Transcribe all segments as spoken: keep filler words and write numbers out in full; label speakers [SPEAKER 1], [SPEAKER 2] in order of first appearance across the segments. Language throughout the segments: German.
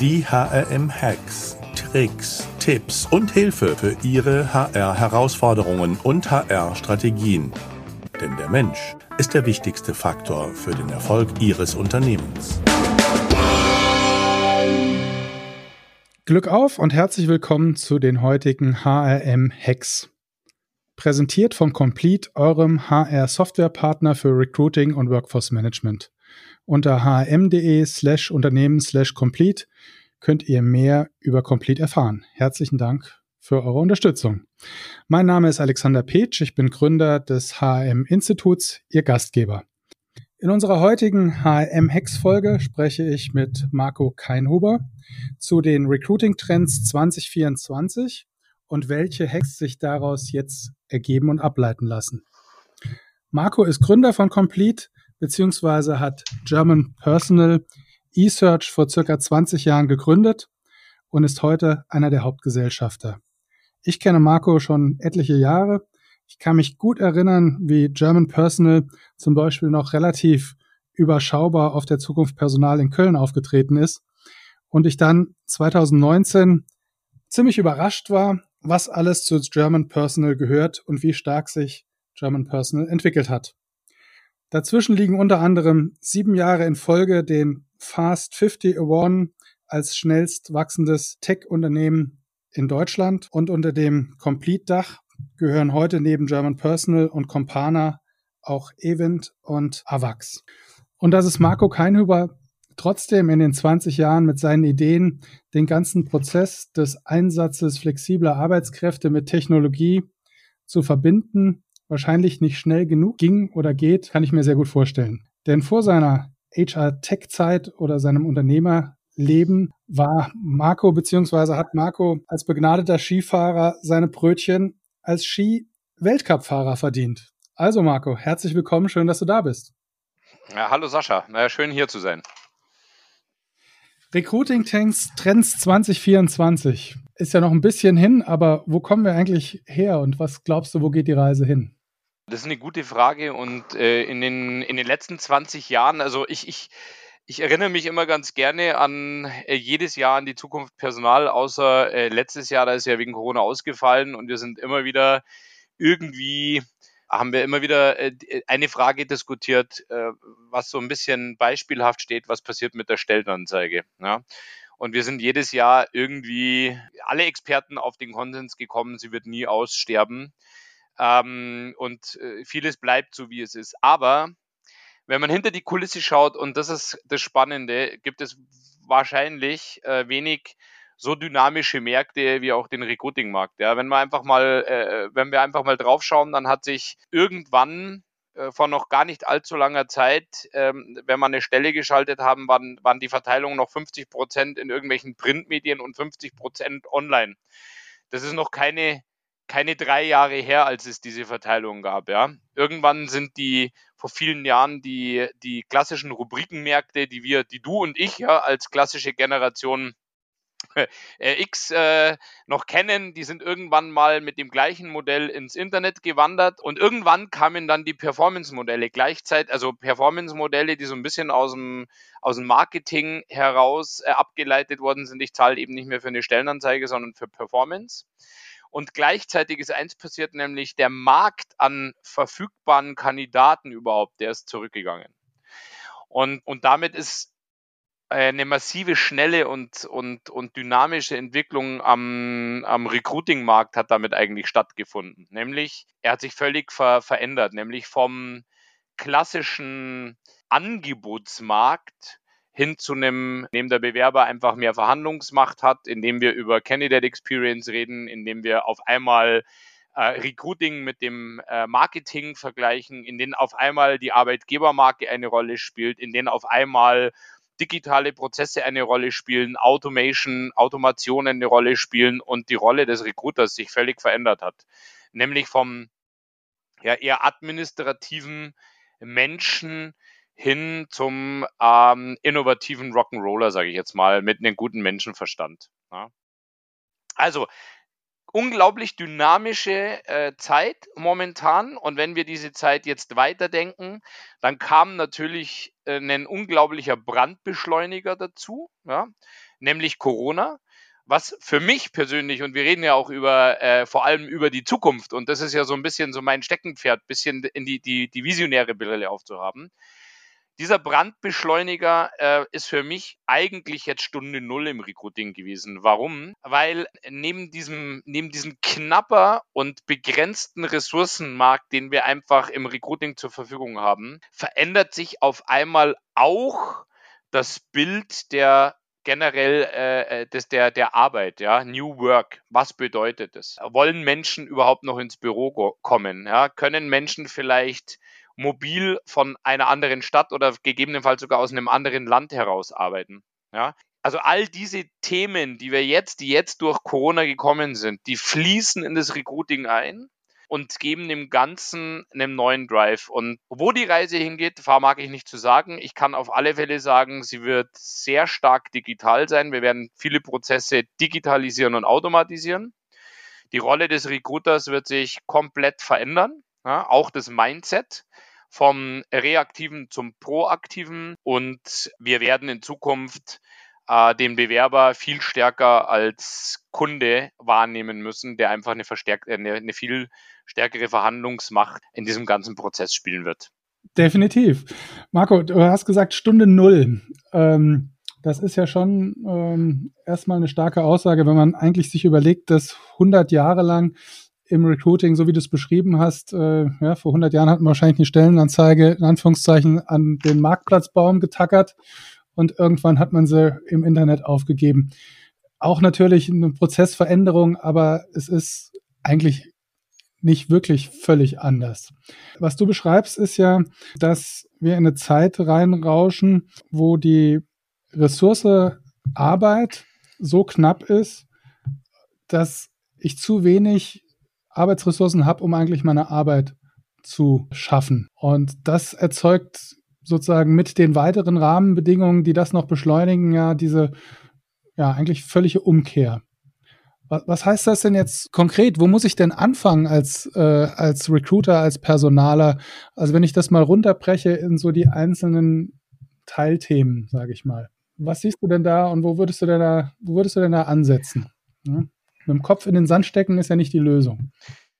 [SPEAKER 1] Die H R M-Hacks, Tricks, Tipps und Hilfe für Ihre H R-Herausforderungen und H R-Strategien. Denn der Mensch ist der wichtigste Faktor für den Erfolg Ihres Unternehmens.
[SPEAKER 2] Glück auf und herzlich willkommen zu den heutigen H R M-Hacks. Präsentiert von Complete, eurem H R-Softwarepartner für Recruiting und Workforce Management. Unter hrm.de slash Unternehmen slash Complete könnt ihr mehr über Complete erfahren. Herzlichen Dank für eure Unterstützung. Mein Name ist Alexander Petsch, ich bin Gründer des H R M-Instituts, Ihr Gastgeber. In unserer heutigen H R M-Hacks-Folge spreche ich mit Marco Kainhuber zu den Recruiting-Trends zwanzig vierundzwanzig und welche Hacks sich daraus jetzt ergeben und ableiten lassen. Marco ist Gründer von Complete, beziehungsweise hat German Personal eSearch vor circa zwanzig Jahren gegründet und ist heute einer der Hauptgesellschafter. Ich kenne Marco schon etliche Jahre. Ich kann mich gut erinnern, wie German Personal zum Beispiel noch relativ überschaubar auf der Zukunft Personal in Köln aufgetreten ist und ich dann zwanzig neunzehn ziemlich überrascht war, was alles zu German Personal gehört und wie stark sich German Personal entwickelt hat. Dazwischen liegen unter anderem sieben Jahre in Folge den Fast fünfzig Award als schnellst wachsendes Tech-Unternehmen in Deutschland und unter dem Complete-Dach gehören heute neben German Personal und Compana auch Event und Avax. Und dass es Marco Kainhuber trotzdem in den zwanzig Jahren mit seinen Ideen den ganzen Prozess des Einsatzes flexibler Arbeitskräfte mit Technologie zu verbinden, wahrscheinlich nicht schnell genug ging oder geht, kann ich mir sehr gut vorstellen. Denn vor seiner H R-Tech-Zeit oder seinem Unternehmerleben war Marco bzw. hat Marco als begnadeter Skifahrer seine Brötchen als Ski-Weltcup-Fahrer verdient. Also Marco, herzlich willkommen, schön, dass du da bist.
[SPEAKER 3] Ja, hallo Sascha, na, schön hier zu sein.
[SPEAKER 2] Recruiting-Trends Trends zwanzig vierundzwanzig ist ja noch ein bisschen hin, aber wo kommen wir eigentlich her und was glaubst du, wo geht die Reise hin?
[SPEAKER 3] Das ist eine gute Frage und äh, in den, in den letzten zwanzig Jahren, also ich, ich, ich erinnere mich immer ganz gerne an äh, jedes Jahr an die Zukunft Personal, außer äh, letztes Jahr, da ist ja wegen Corona ausgefallen und wir sind immer wieder irgendwie, haben wir immer wieder äh, eine Frage diskutiert, äh, was so ein bisschen beispielhaft steht, was passiert mit der Stellenanzeige. Ja? Und wir sind jedes Jahr irgendwie alle Experten auf den Konsens gekommen, sie wird nie aussterben. Ähm, und äh, vieles bleibt so, wie es ist. Aber wenn man hinter die Kulisse schaut, und das ist das Spannende, gibt es wahrscheinlich äh, wenig so dynamische Märkte wie auch den Recruiting-Markt. Ja, wenn wir einfach mal, äh, wenn wir einfach mal draufschauen, dann hat sich irgendwann äh, vor noch gar nicht allzu langer Zeit, ähm, wenn wir eine Stelle geschaltet haben, waren, waren die Verteilungen noch fünfzig Prozent in irgendwelchen Printmedien und fünfzig Prozent online. Das ist noch keine keine drei Jahre her, als es diese Verteilung gab. Ja. Irgendwann sind die vor vielen Jahren die, die klassischen Rubrikenmärkte, die wir, die du und ich ja als klassische Generation äh, X äh, noch kennen, die sind irgendwann mal mit dem gleichen Modell ins Internet gewandert und irgendwann kamen dann die Performance-Modelle gleichzeitig, also Performance-Modelle, die so ein bisschen aus dem, aus dem Marketing heraus äh, abgeleitet worden sind. Ich zahle eben nicht mehr für eine Stellenanzeige, sondern für Performance. Und gleichzeitig ist eins passiert, nämlich der Markt an verfügbaren Kandidaten überhaupt, der ist zurückgegangen. Und, und damit ist eine massive, schnelle und, und, und dynamische Entwicklung am, am Recruiting-Markt hat damit eigentlich stattgefunden. Nämlich, er hat sich völlig ver, verändert, nämlich vom klassischen Angebotsmarkt hin zu einem, in dem der Bewerber einfach mehr Verhandlungsmacht hat, indem wir über Candidate Experience reden, indem wir auf einmal äh, Recruiting mit dem äh, Marketing vergleichen, in denen auf einmal die Arbeitgebermarke eine Rolle spielt, in denen auf einmal digitale Prozesse eine Rolle spielen, Automation, Automationen eine Rolle spielen und die Rolle des Recruiters sich völlig verändert hat. Nämlich vom ja, eher administrativen Menschen hin zum ähm, innovativen Rock'n'Roller, sage ich jetzt mal, mit einem guten Menschenverstand. Ja. Also, unglaublich dynamische äh, Zeit momentan. Und wenn wir diese Zeit jetzt weiterdenken, dann kam natürlich äh, ein unglaublicher Brandbeschleuniger dazu, ja, nämlich Corona. Was für mich persönlich, und wir reden ja auch über äh, vor allem über die Zukunft, und das ist ja so ein bisschen so mein Steckenpferd, bisschen in die, die, die visionäre Brille aufzuhaben. Dieser Brandbeschleuniger äh, ist für mich eigentlich jetzt Stunde Null im Recruiting gewesen. Warum? Weil neben diesem, neben diesem knapper und begrenzten Ressourcenmarkt, den wir einfach im Recruiting zur Verfügung haben, verändert sich auf einmal auch das Bild der generell äh, des, der, der Arbeit, ja, New Work. Was bedeutet das? Wollen Menschen überhaupt noch ins Büro go- kommen? Ja? Können Menschen vielleicht mobil von einer anderen Stadt oder gegebenenfalls sogar aus einem anderen Land heraus arbeiten? Ja? Also all diese Themen, die wir jetzt, die jetzt durch Corona gekommen sind, die fließen in das Recruiting ein und geben dem Ganzen einen neuen Drive. Und wo die Reise hingeht, vermag ich nicht zu sagen. Ich kann auf alle Fälle sagen, sie wird sehr stark digital sein. Wir werden viele Prozesse digitalisieren und automatisieren. Die Rolle des Recruiters wird sich komplett verändern. Ja, auch das Mindset vom Reaktiven zum Proaktiven. Und wir werden in Zukunft äh, den Bewerber viel stärker als Kunde wahrnehmen müssen, der einfach eine, verstärkt, eine, eine viel stärkere Verhandlungsmacht in diesem ganzen Prozess spielen wird.
[SPEAKER 2] Definitiv. Marco, du hast gesagt Stunde Null. Ähm, das ist ja schon ähm, erstmal eine starke Aussage, wenn man eigentlich sich überlegt, dass hundert Jahre lang im Recruiting, so wie du es beschrieben hast, äh, ja, vor hundert Jahren hat man wahrscheinlich eine Stellenanzeige in Anführungszeichen an den Marktplatzbaum getackert und irgendwann hat man sie im Internet aufgegeben. Auch natürlich eine Prozessveränderung, aber es ist eigentlich nicht wirklich völlig anders. Was du beschreibst, ist ja, dass wir in eine Zeit reinrauschen, wo die Ressource Arbeit so knapp ist, dass ich zu wenig Arbeitsressourcen habe, um eigentlich meine Arbeit zu schaffen. Und das erzeugt sozusagen mit den weiteren Rahmenbedingungen, die das noch beschleunigen, ja diese ja eigentlich völlige Umkehr. Was, was heißt das denn jetzt konkret? Wo muss ich denn anfangen als, äh, als Recruiter, als Personaler? Also wenn ich das mal runterbreche in so die einzelnen Teilthemen, sage ich mal. Was siehst du denn da und wo würdest du denn da, wo würdest du denn da ansetzen? Ja? Mit dem Kopf in den Sand stecken ist ja nicht die Lösung.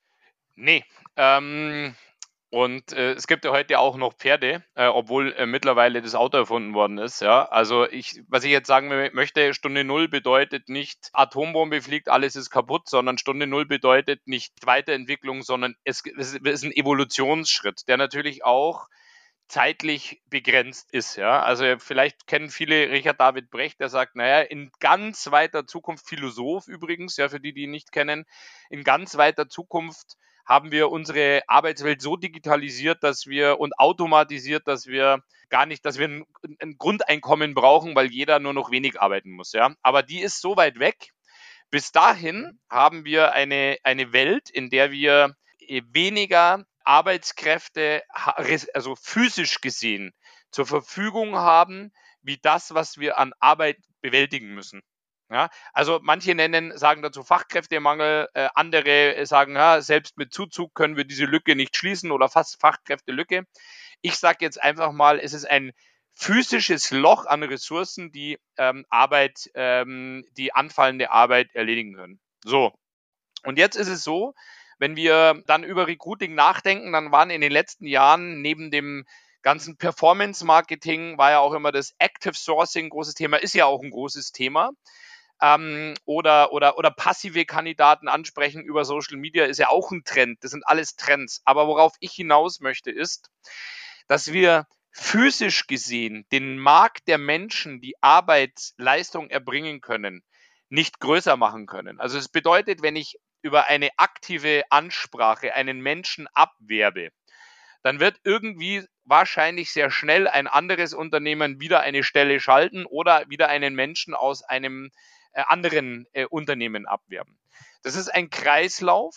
[SPEAKER 3] Nee, ähm, und äh, es gibt ja heute auch noch Pferde, äh, obwohl äh, mittlerweile das Auto erfunden worden ist. Ja, also ich, was ich jetzt sagen möchte, Stunde Null bedeutet nicht Atombombe fliegt, alles ist kaputt, sondern Stunde Null bedeutet nicht Weiterentwicklung, sondern es, es ist ein Evolutionsschritt, der natürlich auch zeitlich begrenzt ist. Ja, also vielleicht kennen viele Richard David Brecht, der sagt, naja, in ganz weiter Zukunft, Philosoph übrigens, ja, für die, die ihn nicht kennen, in ganz weiter Zukunft haben wir unsere Arbeitswelt so digitalisiert, dass wir und automatisiert, dass wir gar nicht, dass wir ein, ein Grundeinkommen brauchen, weil jeder nur noch wenig arbeiten muss. Ja, aber die ist so weit weg. Bis dahin haben wir eine, eine Welt, in der wir weniger Arbeitskräfte, also physisch gesehen, zur Verfügung haben, wie das, was wir an Arbeit bewältigen müssen. Ja, also manche nennen, sagen dazu Fachkräftemangel, äh, andere sagen, ja, selbst mit Zuzug können wir diese Lücke nicht schließen oder fast Fachkräftelücke. Ich sage jetzt einfach mal, es ist ein physisches Loch an Ressourcen, die ähm, Arbeit, ähm, die anfallende Arbeit erledigen können. So, und jetzt ist es so, wenn wir dann über Recruiting nachdenken, dann waren in den letzten Jahren neben dem ganzen Performance-Marketing war ja auch immer das Active Sourcing ein großes Thema, ist ja auch ein großes Thema. Ähm, oder, oder, oder passive Kandidaten ansprechen über Social Media ist ja auch ein Trend. Das sind alles Trends. Aber worauf ich hinaus möchte, ist, dass wir physisch gesehen den Markt der Menschen, die Arbeitsleistung erbringen können, nicht größer machen können. Also es bedeutet, wenn ich über eine aktive Ansprache einen Menschen abwerbe, dann wird irgendwie wahrscheinlich sehr schnell ein anderes Unternehmen wieder eine Stelle schalten oder wieder einen Menschen aus einem äh, anderen äh, Unternehmen abwerben. Das ist ein Kreislauf,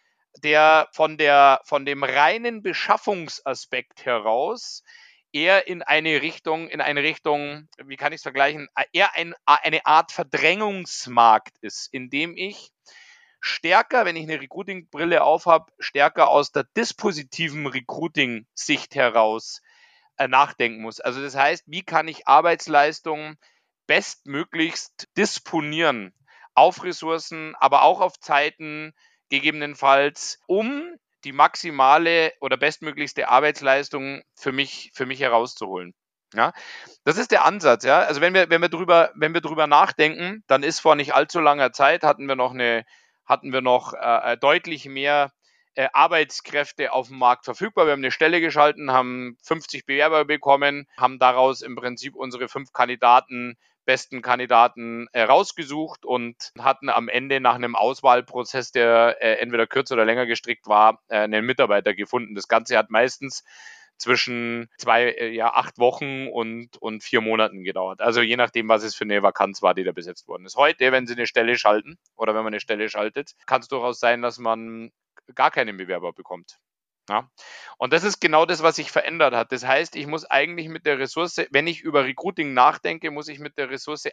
[SPEAKER 3] der von, der von dem reinen Beschaffungsaspekt heraus eher in eine Richtung, in eine Richtung, wie kann ich es vergleichen, eher ein, eine Art Verdrängungsmarkt ist, in dem ich stärker, wenn ich eine Recruiting-Brille aufhab, stärker aus der dispositiven Recruiting-Sicht heraus äh, nachdenken muss. Also das heißt, wie kann ich Arbeitsleistung bestmöglichst disponieren auf Ressourcen, aber auch auf Zeiten gegebenenfalls, um die maximale oder bestmöglichste Arbeitsleistung für mich, für mich herauszuholen. Ja, das ist der Ansatz. Ja, also wenn wir, wenn wir drüber, wenn wir drüber nachdenken, dann ist vor nicht allzu langer Zeit hatten wir noch eine, hatten wir noch äh, deutlich mehr äh, Arbeitskräfte auf dem Markt verfügbar. Wir haben eine Stelle geschalten, haben fünfzig Bewerber bekommen, haben daraus im Prinzip unsere fünf Kandidaten besten Kandidaten äh, rausgesucht und hatten am Ende nach einem Auswahlprozess, der äh, entweder kürzer oder länger gestrickt war, äh, einen Mitarbeiter gefunden. Das Ganze hat meistens zwischen zwei, äh, ja, acht Wochen und, und vier Monaten gedauert. Also je nachdem, was es für eine Vakanz war, die da besetzt worden ist. Heute, wenn Sie eine Stelle schalten oder wenn man eine Stelle schaltet, kann es durchaus sein, dass man gar keinen Bewerber bekommt. Ja. Und das ist genau das, was sich verändert hat. Das heißt, ich muss eigentlich mit der Ressource, wenn ich über Recruiting nachdenke, muss ich mit der Ressource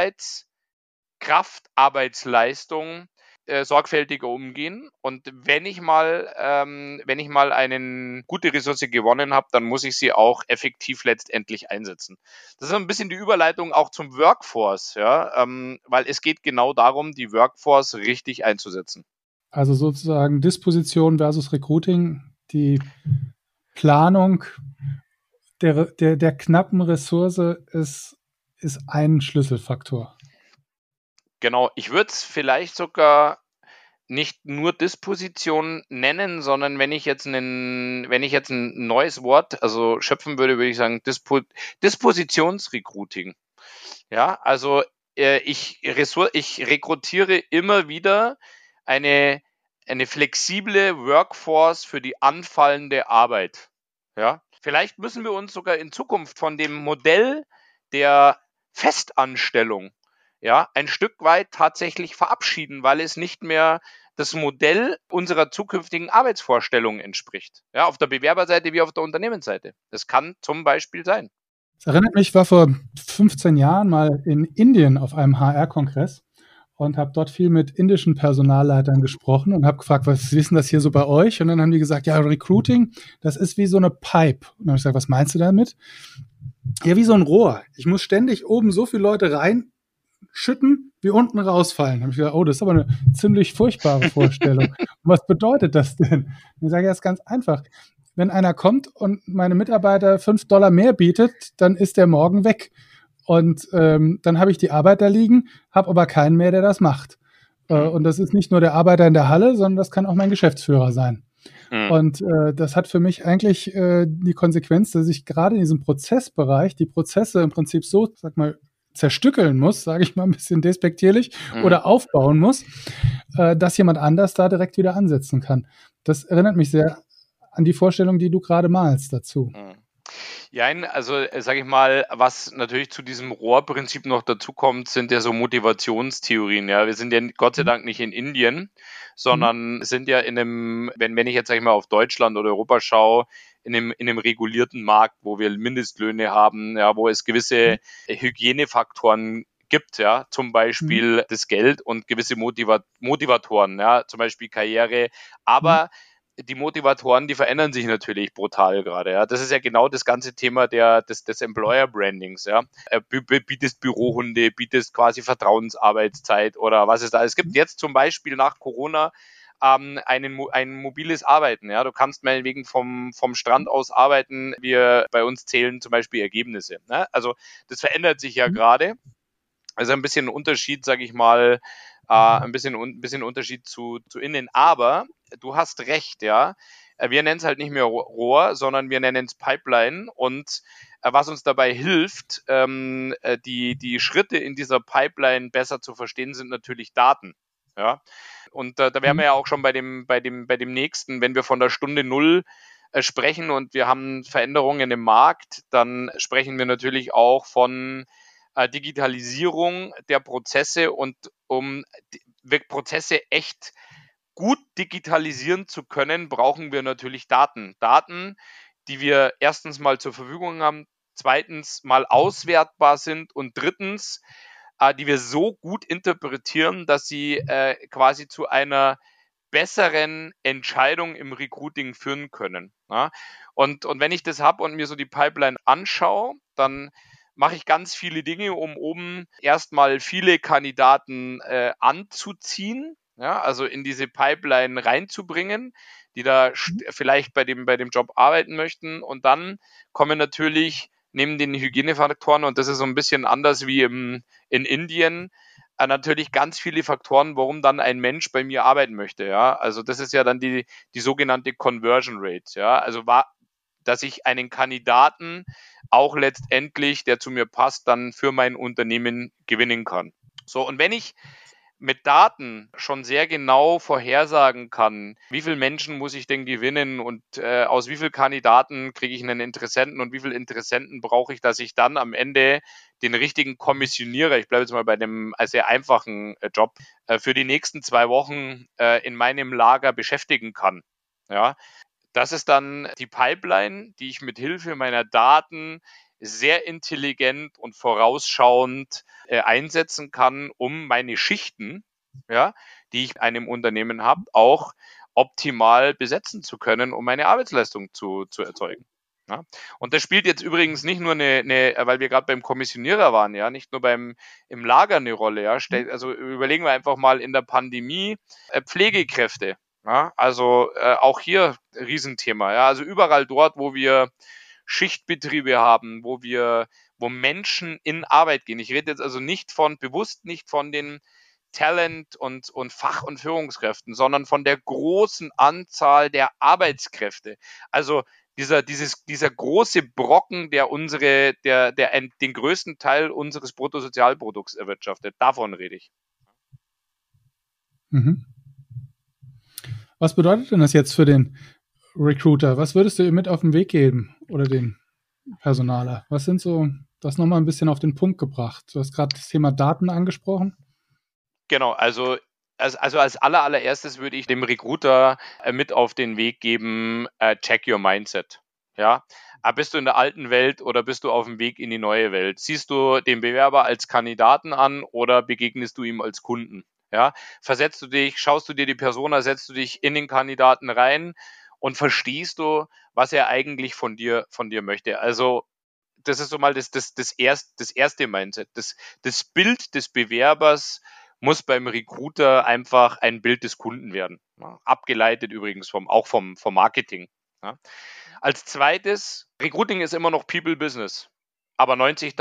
[SPEAKER 3] Arbeitskraft, Arbeitsleistung äh, sorgfältiger umgehen. Und wenn ich mal, ähm, wenn ich mal eine gute Ressource gewonnen habe, dann muss ich sie auch effektiv letztendlich einsetzen. Das ist ein bisschen die Überleitung auch zum Workforce, ja, ähm, weil es geht genau darum, die Workforce richtig einzusetzen.
[SPEAKER 2] Also sozusagen Disposition versus Recruiting, die Planung der, der, der knappen Ressource ist, ist ein Schlüsselfaktor.
[SPEAKER 3] Genau, ich würde es vielleicht sogar nicht nur Disposition nennen, sondern wenn ich jetzt einen, wenn ich jetzt ein neues Wort, also schöpfen würde, würde ich sagen Dispo, Dispositionsrecruiting. Ja, also äh, ich, Ressour- ich rekrutiere immer wieder eine, eine flexible Workforce für die anfallende Arbeit. Ja, vielleicht müssen wir uns sogar in Zukunft von dem Modell der Festanstellung ja, ein Stück weit tatsächlich verabschieden, weil es nicht mehr das Modell unserer zukünftigen Arbeitsvorstellungen entspricht. Ja, auf der Bewerberseite wie auf der Unternehmensseite. Das kann zum Beispiel sein.
[SPEAKER 2] Es erinnert mich, ich war vor fünfzehn Jahren mal in Indien auf einem H R-Kongress und habe dort viel mit indischen Personalleitern gesprochen und habe gefragt, was ist denn das hier so bei euch? Und dann haben die gesagt, ja, Recruiting, das ist wie so eine Pipe. Und dann habe ich gesagt, was meinst du damit? Ja, wie so ein Rohr. Ich muss ständig oben so viele Leute reinschütten, wie unten rausfallen. Da habe ich gesagt, oh, das ist aber eine ziemlich furchtbare Vorstellung. Und was bedeutet das denn? Und ich sage, ja, ist ganz einfach. Wenn einer kommt und meine Mitarbeiter fünf Dollar mehr bietet, dann ist der morgen weg. Und ähm, dann habe ich die Arbeit da liegen, habe aber keinen mehr, der das macht. Äh, und das ist nicht nur der Arbeiter in der Halle, sondern das kann auch mein Geschäftsführer sein. Mhm. Und äh, das hat für mich eigentlich äh, die Konsequenz, dass ich gerade in diesem Prozessbereich die Prozesse im Prinzip so, sag mal, zerstückeln muss, sage ich mal ein bisschen despektierlich, mhm. oder aufbauen muss, äh, dass jemand anders da direkt wieder ansetzen kann. Das erinnert mich sehr an die Vorstellung, die du gerade malst dazu.
[SPEAKER 3] Mhm. Ja, also sage ich mal, was natürlich zu diesem Rohrprinzip noch dazu kommt, sind ja so Motivationstheorien. Ja, wir sind ja Gott sei Dank nicht in Indien, sondern mhm. sind ja in einem, wenn, wenn ich jetzt sage ich mal auf Deutschland oder Europa schaue, in einem, in einem regulierten Markt, wo wir Mindestlöhne haben, ja, wo es gewisse Hygienefaktoren gibt, ja, zum Beispiel mhm. das Geld und gewisse Motiva- Motivatoren, ja, zum Beispiel Karriere, aber mhm. die Motivatoren, die verändern sich natürlich brutal gerade. Ja. Das ist ja genau das ganze Thema der, des, des Employer-Brandings. Ja. Bietest Bürohunde, bietest quasi Vertrauensarbeitszeit oder was es da. Es gibt jetzt zum Beispiel nach Corona ähm, einen, ein mobiles Arbeiten. Ja. Du kannst meinetwegen vom, vom Strand aus arbeiten. Wir bei uns zählen zum Beispiel Ergebnisse. Ne. Also das verändert sich ja gerade. Also ein bisschen ein Unterschied, sage ich mal, äh, ein bisschen ein bisschen Unterschied zu, zu innen. Aber du hast recht, ja. Wir nennen es halt nicht mehr Rohr, sondern wir nennen es Pipeline. Und äh, was uns dabei hilft, ähm, die, die Schritte in dieser Pipeline besser zu verstehen, sind natürlich Daten. Ja. Und äh, da wären wir ja auch schon bei dem, bei dem, bei dem nächsten, wenn wir von der Stunde Null äh, sprechen und wir haben Veränderungen im Markt, dann sprechen wir natürlich auch von äh, Digitalisierung der Prozesse und um die Prozesse echt gut digitalisieren zu können, brauchen wir natürlich Daten. Daten, die wir erstens mal zur Verfügung haben, zweitens mal auswertbar sind und drittens äh, die wir so gut interpretieren, dass sie äh, quasi zu einer besseren Entscheidung im Recruiting führen können. Ja? Und, und wenn ich das habe und mir so die Pipeline anschaue, dann mache ich ganz viele Dinge, um oben erstmal viele Kandidaten äh, anzuziehen, ja, also in diese Pipeline reinzubringen, die da st- vielleicht bei dem, bei dem Job arbeiten möchten. Und dann kommen natürlich neben den Hygienefaktoren, und das ist so ein bisschen anders wie im, in Indien, äh, natürlich ganz viele Faktoren, warum dann ein Mensch bei mir arbeiten möchte. Ja, also das ist ja dann die, die sogenannte Conversion Rate. Ja, also war, dass ich einen Kandidaten auch letztendlich, der zu mir passt, dann für mein Unternehmen gewinnen kann. So, und wenn ich mit Daten schon sehr genau vorhersagen kann, wie viele Menschen muss ich denn gewinnen und äh, aus wie vielen Kandidaten kriege ich einen Interessenten und wie viele Interessenten brauche ich, dass ich dann am Ende den richtigen Kommissionierer, ich bleibe jetzt mal bei dem sehr einfachen äh, Job, äh, für die nächsten zwei Wochen äh, in meinem Lager beschäftigen kann. Ja, das ist dann die Pipeline, die ich mit Hilfe meiner Daten sehr intelligent und vorausschauend äh, einsetzen kann, um meine Schichten, ja, die ich in einem Unternehmen habe, auch optimal besetzen zu können, um meine Arbeitsleistung zu, zu erzeugen. Ja. Und das spielt jetzt übrigens nicht nur eine, eine weil wir gerade beim Kommissionierer waren, ja, nicht nur beim im Lager eine Rolle, ja. Stell, also überlegen wir einfach mal in der Pandemie äh, Pflegekräfte. Ja, also äh, auch hier Riesenthema. Ja, also überall dort, wo wir Schichtbetriebe haben, wo wir, wo Menschen in Arbeit gehen. Ich rede jetzt also nicht von, bewusst nicht von den Talent- und, und Fach- und Führungskräften, sondern von der großen Anzahl der Arbeitskräfte. Also dieser, dieses, dieser große Brocken, der unsere, der, der ein, den größten Teil unseres Bruttosozialprodukts erwirtschaftet. Davon rede ich.
[SPEAKER 2] Mhm. Was bedeutet denn das jetzt für den Recruiter? Was würdest du ihm mit auf den Weg geben oder den Personaler? Was sind so, das nochmal ein bisschen auf den Punkt gebracht? Du hast gerade das Thema Daten angesprochen.
[SPEAKER 3] Genau, also, also, also als aller, allererstes würde ich dem Recruiter äh, mit auf den Weg geben, äh, check your mindset. Ja, ah, bist du in der alten Welt oder bist du auf dem Weg in die neue Welt? Siehst du den Bewerber als Kandidaten an oder begegnest du ihm als Kunden? Ja, versetzt du dich, schaust du dir die Persona, setzt du dich in den Kandidaten rein und verstehst du, was er eigentlich von dir, von dir möchte? Also, das ist so mal das, das, das, erst, das erste Mindset. Das, das Bild des Bewerbers muss beim Recruiter einfach ein Bild des Kunden werden. Ja, abgeleitet übrigens vom, auch vom, vom Marketing. Ja. Als zweites, Recruiting ist immer noch People Business, aber neunzig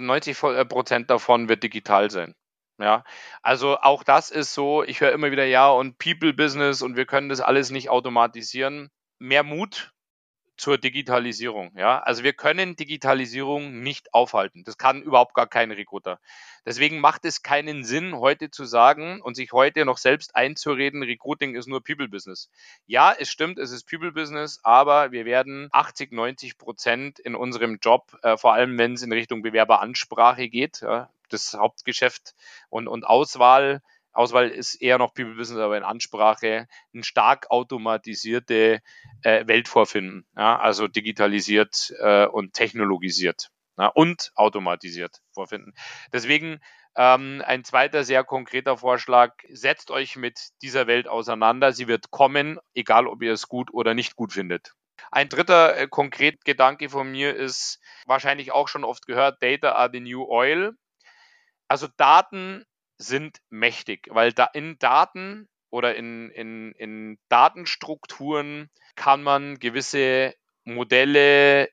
[SPEAKER 3] Prozent davon wird digital sein. Ja, also auch das ist so, ich höre immer wieder, ja, und People Business und wir können das alles nicht automatisieren. Mehr Mut zur Digitalisierung. Ja, also wir können Digitalisierung nicht aufhalten. Das kann überhaupt gar kein Recruiter. Deswegen macht es keinen Sinn, heute zu sagen und sich heute noch selbst einzureden, Recruiting ist nur People Business. Ja, es stimmt, es ist People Business, aber wir werden achtzig, neunzig Prozent in unserem Job, äh, vor allem wenn es in Richtung Bewerberansprache geht, ja, das Hauptgeschäft und, und Auswahl, Auswahl ist eher noch People Business, aber in Ansprache eine stark automatisierte äh, Welt vorfinden. Ja? Also digitalisiert äh, und technologisiert, ja? Und automatisiert vorfinden. Deswegen ähm, ein zweiter sehr konkreter Vorschlag, setzt euch mit dieser Welt auseinander. Sie wird kommen, egal ob ihr es gut oder nicht gut findet. Ein dritter äh, konkret Gedanke von mir ist, wahrscheinlich auch schon oft gehört, Data are the new oil. Also Daten sind mächtig, weil da in Daten oder in, in, in Datenstrukturen kann man gewisse Modelle,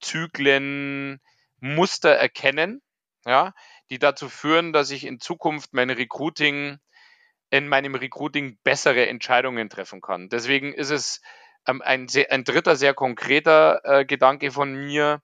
[SPEAKER 3] Zyklen, Muster erkennen, ja, die dazu führen, dass ich in Zukunft mein Recruiting, in meinem Recruiting bessere Entscheidungen treffen kann. Deswegen ist es ähm, ein, sehr, ein dritter sehr konkreter äh, Gedanke von mir.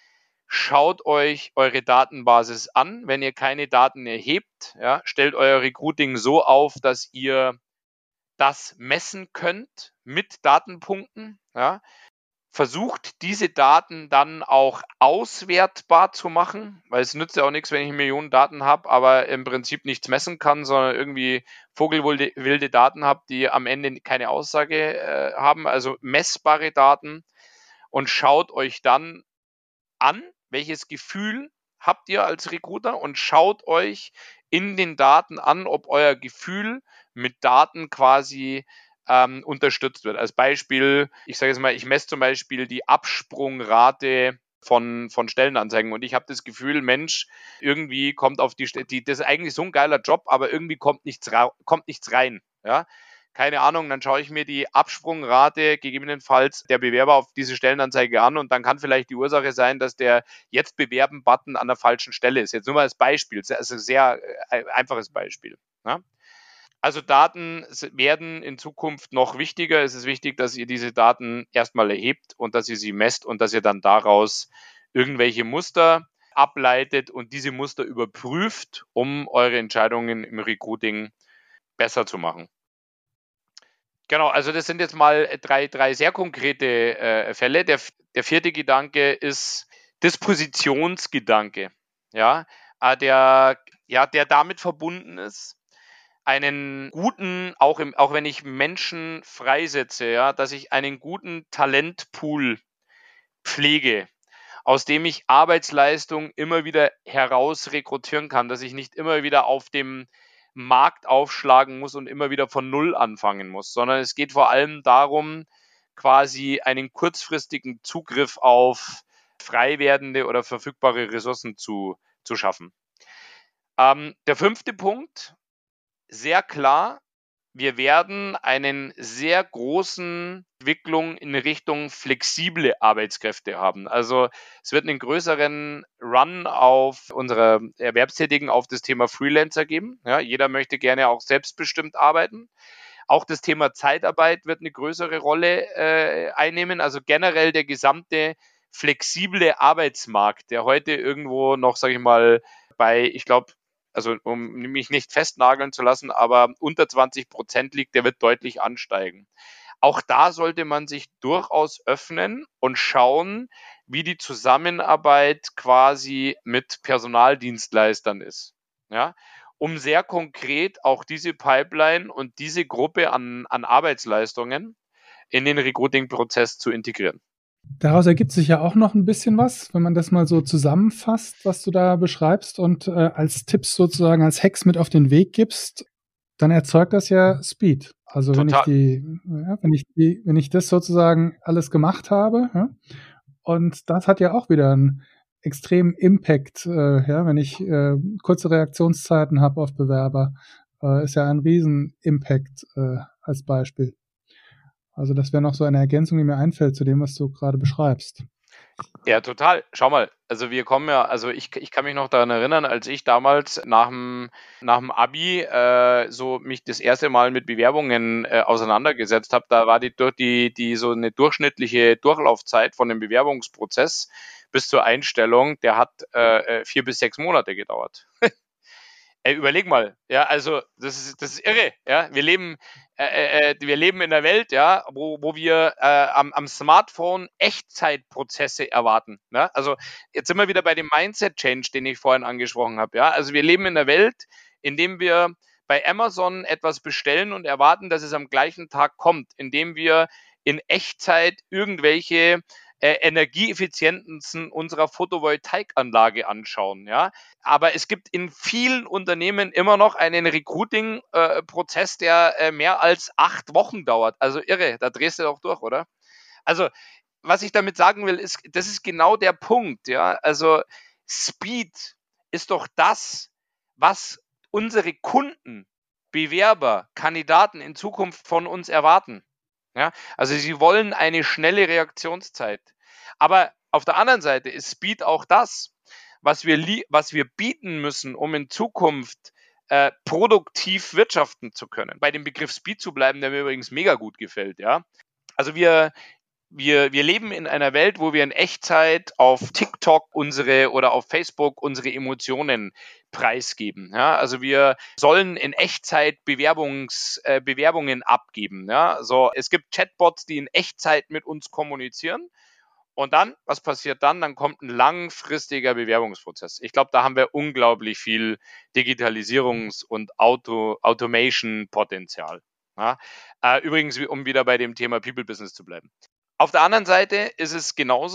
[SPEAKER 3] Schaut euch eure Datenbasis an. Wenn ihr keine Daten erhebt, ja, stellt euer Recruiting so auf, dass ihr das messen könnt mit Datenpunkten. Ja. Versucht diese Daten dann auch auswertbar zu machen, weil es nützt ja auch nichts, wenn ich Millionen Daten habe, aber im Prinzip nichts messen kann, sondern irgendwie vogelwilde wilde Daten habe, die am Ende keine Aussage äh, haben, also messbare Daten, und schaut euch dann an, welches Gefühl habt ihr als Recruiter und schaut euch in den Daten an, ob euer Gefühl mit Daten quasi ähm, unterstützt wird. Als Beispiel, ich sage jetzt mal, ich messe zum Beispiel die Absprungrate von, von Stellenanzeigen und ich habe das Gefühl, Mensch, irgendwie kommt auf die Stelle, die, das ist eigentlich so ein geiler Job, aber irgendwie kommt nichts, ra- kommt nichts rein. Ja? Keine Ahnung, dann schaue ich mir die Absprungrate gegebenenfalls der Bewerber auf diese Stellenanzeige an und dann kann vielleicht die Ursache sein, dass der Jetzt bewerben-Button an der falschen Stelle ist. Jetzt nur mal als Beispiel, also sehr äh, einfaches Beispiel. Ja? Also Daten werden in Zukunft noch wichtiger. Es ist wichtig, dass ihr diese Daten erstmal erhebt und dass ihr sie messt und dass ihr dann daraus irgendwelche Muster ableitet und diese Muster überprüft, um eure Entscheidungen im Recruiting besser zu machen. Genau, also das sind jetzt mal drei, drei sehr konkrete äh, Fälle. Der, der vierte Gedanke ist Dispositionsgedanke, ja, äh, der, ja, der damit verbunden ist, einen guten, auch, im, auch wenn ich Menschen freisetze, ja, dass ich einen guten Talentpool pflege, aus dem ich Arbeitsleistung immer wieder heraus rekrutieren kann, dass ich nicht immer wieder auf dem Markt aufschlagen muss und immer wieder von Null anfangen muss, sondern es geht vor allem darum, quasi einen kurzfristigen Zugriff auf frei werdende oder verfügbare Ressourcen zu, zu schaffen. Ähm, der fünfte Punkt, sehr klar, wir werden einen sehr großen Entwicklung in Richtung flexible Arbeitskräfte haben. Also es wird einen größeren Run auf unsere Erwerbstätigen auf das Thema Freelancer geben. Ja, jeder möchte gerne auch selbstbestimmt arbeiten. Auch das Thema Zeitarbeit wird eine größere Rolle äh, einnehmen. Also generell der gesamte flexible Arbeitsmarkt, der heute irgendwo noch, sage ich mal, bei, ich glaube, also um mich nicht festnageln zu lassen, aber unter zwanzig Prozent liegt, der wird deutlich ansteigen. Auch da sollte man sich durchaus öffnen und schauen, wie die Zusammenarbeit quasi mit Personaldienstleistern ist. Ja, um sehr konkret auch diese Pipeline und diese Gruppe an, an Arbeitsleistungen in den Recruiting-Prozess zu integrieren.
[SPEAKER 2] Daraus ergibt sich ja auch noch ein bisschen was, wenn man das mal so zusammenfasst, was du da beschreibst und äh, als Tipps sozusagen, als Hacks mit auf den Weg gibst, dann erzeugt das ja Speed. Also wenn ich die, ja, wenn ich die, wenn ich das sozusagen alles gemacht habe, ja, und das hat ja auch wieder einen extremen Impact, äh, ja, wenn ich äh, kurze Reaktionszeiten habe auf Bewerber, äh, ist ja ein Riesen-Impact äh, als Beispiel. Also das wäre noch so eine Ergänzung, die mir einfällt zu dem, was du gerade beschreibst.
[SPEAKER 3] Ja, total. Schau mal, also wir kommen ja, also ich, ich kann mich noch daran erinnern, als ich damals nach dem, nach dem Abi äh, so mich das erste Mal mit Bewerbungen äh, auseinandergesetzt habe, da war die, die, die so eine durchschnittliche Durchlaufzeit von dem Bewerbungsprozess bis zur Einstellung, der hat äh, vier bis sechs Monate gedauert. Ey, überleg mal, ja, also das ist, das ist irre, ja. Wir leben, äh, äh, wir leben in einer Welt, ja, wo, wo wir äh, am, am Smartphone Echtzeitprozesse erwarten. Ne? Also jetzt sind wir wieder bei dem Mindset-Change, den ich vorhin angesprochen habe. Ja? Also wir leben in einer Welt, in dem wir bei Amazon etwas bestellen und erwarten, dass es am gleichen Tag kommt, indem wir in Echtzeit irgendwelche äh, Energieeffizienzen unserer Photovoltaikanlage anschauen, ja. Aber es gibt in vielen Unternehmen immer noch einen Recruiting-Prozess, äh, der äh, mehr als acht Wochen dauert. Also irre, da drehst du doch durch, oder? Also, was ich damit sagen will, ist, das ist genau der Punkt, ja. Also, Speed ist doch das, was unsere Kunden, Bewerber, Kandidaten in Zukunft von uns erwarten. Ja, also sie wollen eine schnelle Reaktionszeit. Aber auf der anderen Seite ist Speed auch das, was wir, was wir bieten müssen, um in Zukunft äh, produktiv wirtschaften zu können. Bei dem Begriff Speed zu bleiben, der mir übrigens mega gut gefällt. Ja, also wir wir, wir leben in einer Welt, wo wir in Echtzeit auf TikTok unsere oder auf Facebook unsere Emotionen preisgeben. Ja? Also wir sollen in Echtzeit Bewerbungs, äh, Bewerbungen abgeben. Ja? So, es gibt Chatbots, die in Echtzeit mit uns kommunizieren. Und dann, was passiert dann? Dann kommt ein langfristiger Bewerbungsprozess. Ich glaube, da haben wir unglaublich viel Digitalisierungs- und Auto, Automation-Potenzial. Ja? Äh, übrigens, um wieder bei dem Thema People Business zu bleiben. Auf der anderen Seite ist es genauso,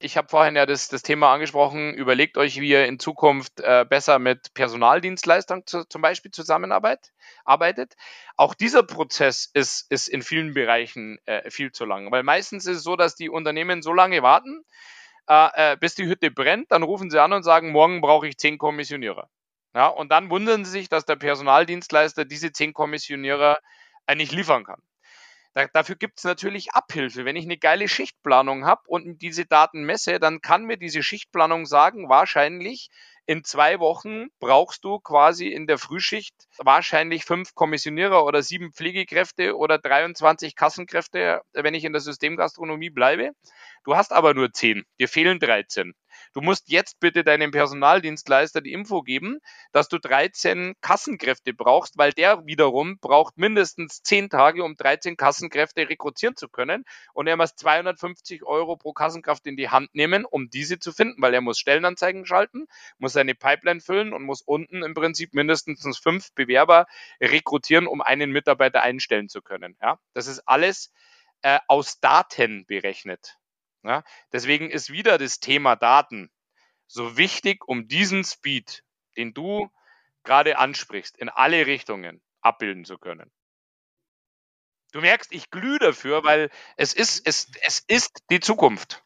[SPEAKER 3] Ich habe vorhin ja das, das Thema angesprochen, überlegt euch, wie ihr in Zukunft äh, besser mit Personaldienstleistern zu, zum Beispiel zusammenarbeitet. Arbeitet. Auch dieser Prozess ist, ist in vielen Bereichen äh, viel zu lang, weil meistens ist es so, dass die Unternehmen so lange warten, äh, äh, bis die Hütte brennt, dann rufen sie an und sagen, morgen brauche ich zehn Kommissionierer. Ja, und dann wundern sie sich, dass der Personaldienstleister diese zehn Kommissionierer äh, nicht liefern kann. Da, dafür gibt es natürlich Abhilfe. Wenn ich eine geile Schichtplanung habe und diese Daten messe, dann kann mir diese Schichtplanung sagen, wahrscheinlich in zwei Wochen brauchst du quasi in der Frühschicht wahrscheinlich fünf Kommissionierer oder sieben Pflegekräfte oder dreiundzwanzig Kassenkräfte, wenn ich in der Systemgastronomie bleibe. Du hast aber nur zehn, dir fehlen dreizehn. Du musst jetzt bitte deinem Personaldienstleister die Info geben, dass du dreizehn Kassenkräfte brauchst, weil der wiederum braucht mindestens zehn Tage, um dreizehn Kassenkräfte rekrutieren zu können. Und er muss zweihundertfünfzig Euro pro Kassenkraft in die Hand nehmen, um diese zu finden, weil er muss Stellenanzeigen schalten, muss seine Pipeline füllen und muss unten im Prinzip mindestens fünf Bewerber rekrutieren, um einen Mitarbeiter einstellen zu können. Ja, das ist alles äh, aus Daten berechnet. Ja, deswegen ist wieder das Thema Daten so wichtig, um diesen Speed, den du gerade ansprichst, in alle Richtungen abbilden zu können. Du merkst, ich glühe dafür, weil es ist, es, es ist die Zukunft.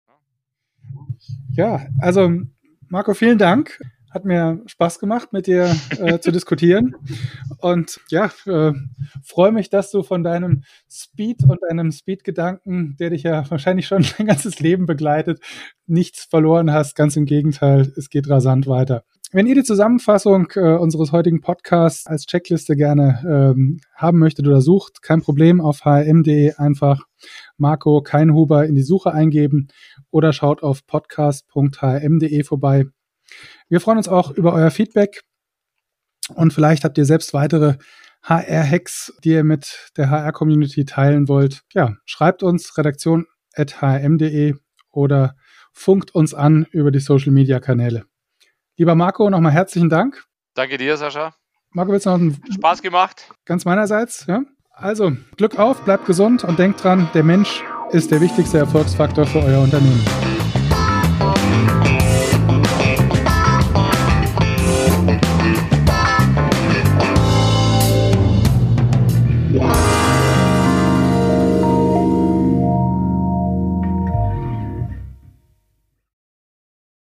[SPEAKER 2] Ja, also Marco, vielen Dank. Hat mir Spaß gemacht, mit dir äh, zu diskutieren. Und ja, äh, freue mich, dass du von deinem Speed und deinem Speed-Gedanken, der dich ja wahrscheinlich schon dein ganzes Leben begleitet, nichts verloren hast. Ganz im Gegenteil, es geht rasant weiter. Wenn ihr die Zusammenfassung äh, unseres heutigen Podcasts als Checkliste gerne ähm, haben möchtet oder sucht, kein Problem, auf h r m punkt d e einfach Marco Keinhuber in die Suche eingeben oder schaut auf podcast punkt h r m punkt d e vorbei. Wir freuen uns auch über euer Feedback und vielleicht habt ihr selbst weitere H R-Hacks, die ihr mit der H R-Community teilen wollt. Ja, schreibt uns redaktion at h r m punkt d e oder funkt uns an über die Social-Media-Kanäle. Lieber Marco, nochmal herzlichen Dank.
[SPEAKER 3] Danke dir, Sascha.
[SPEAKER 2] Marco, willst du noch einen
[SPEAKER 3] Spaß gemacht?
[SPEAKER 2] Ganz meinerseits, ja. Also, Glück auf, bleibt gesund und denkt dran, der Mensch ist der wichtigste Erfolgsfaktor für euer Unternehmen.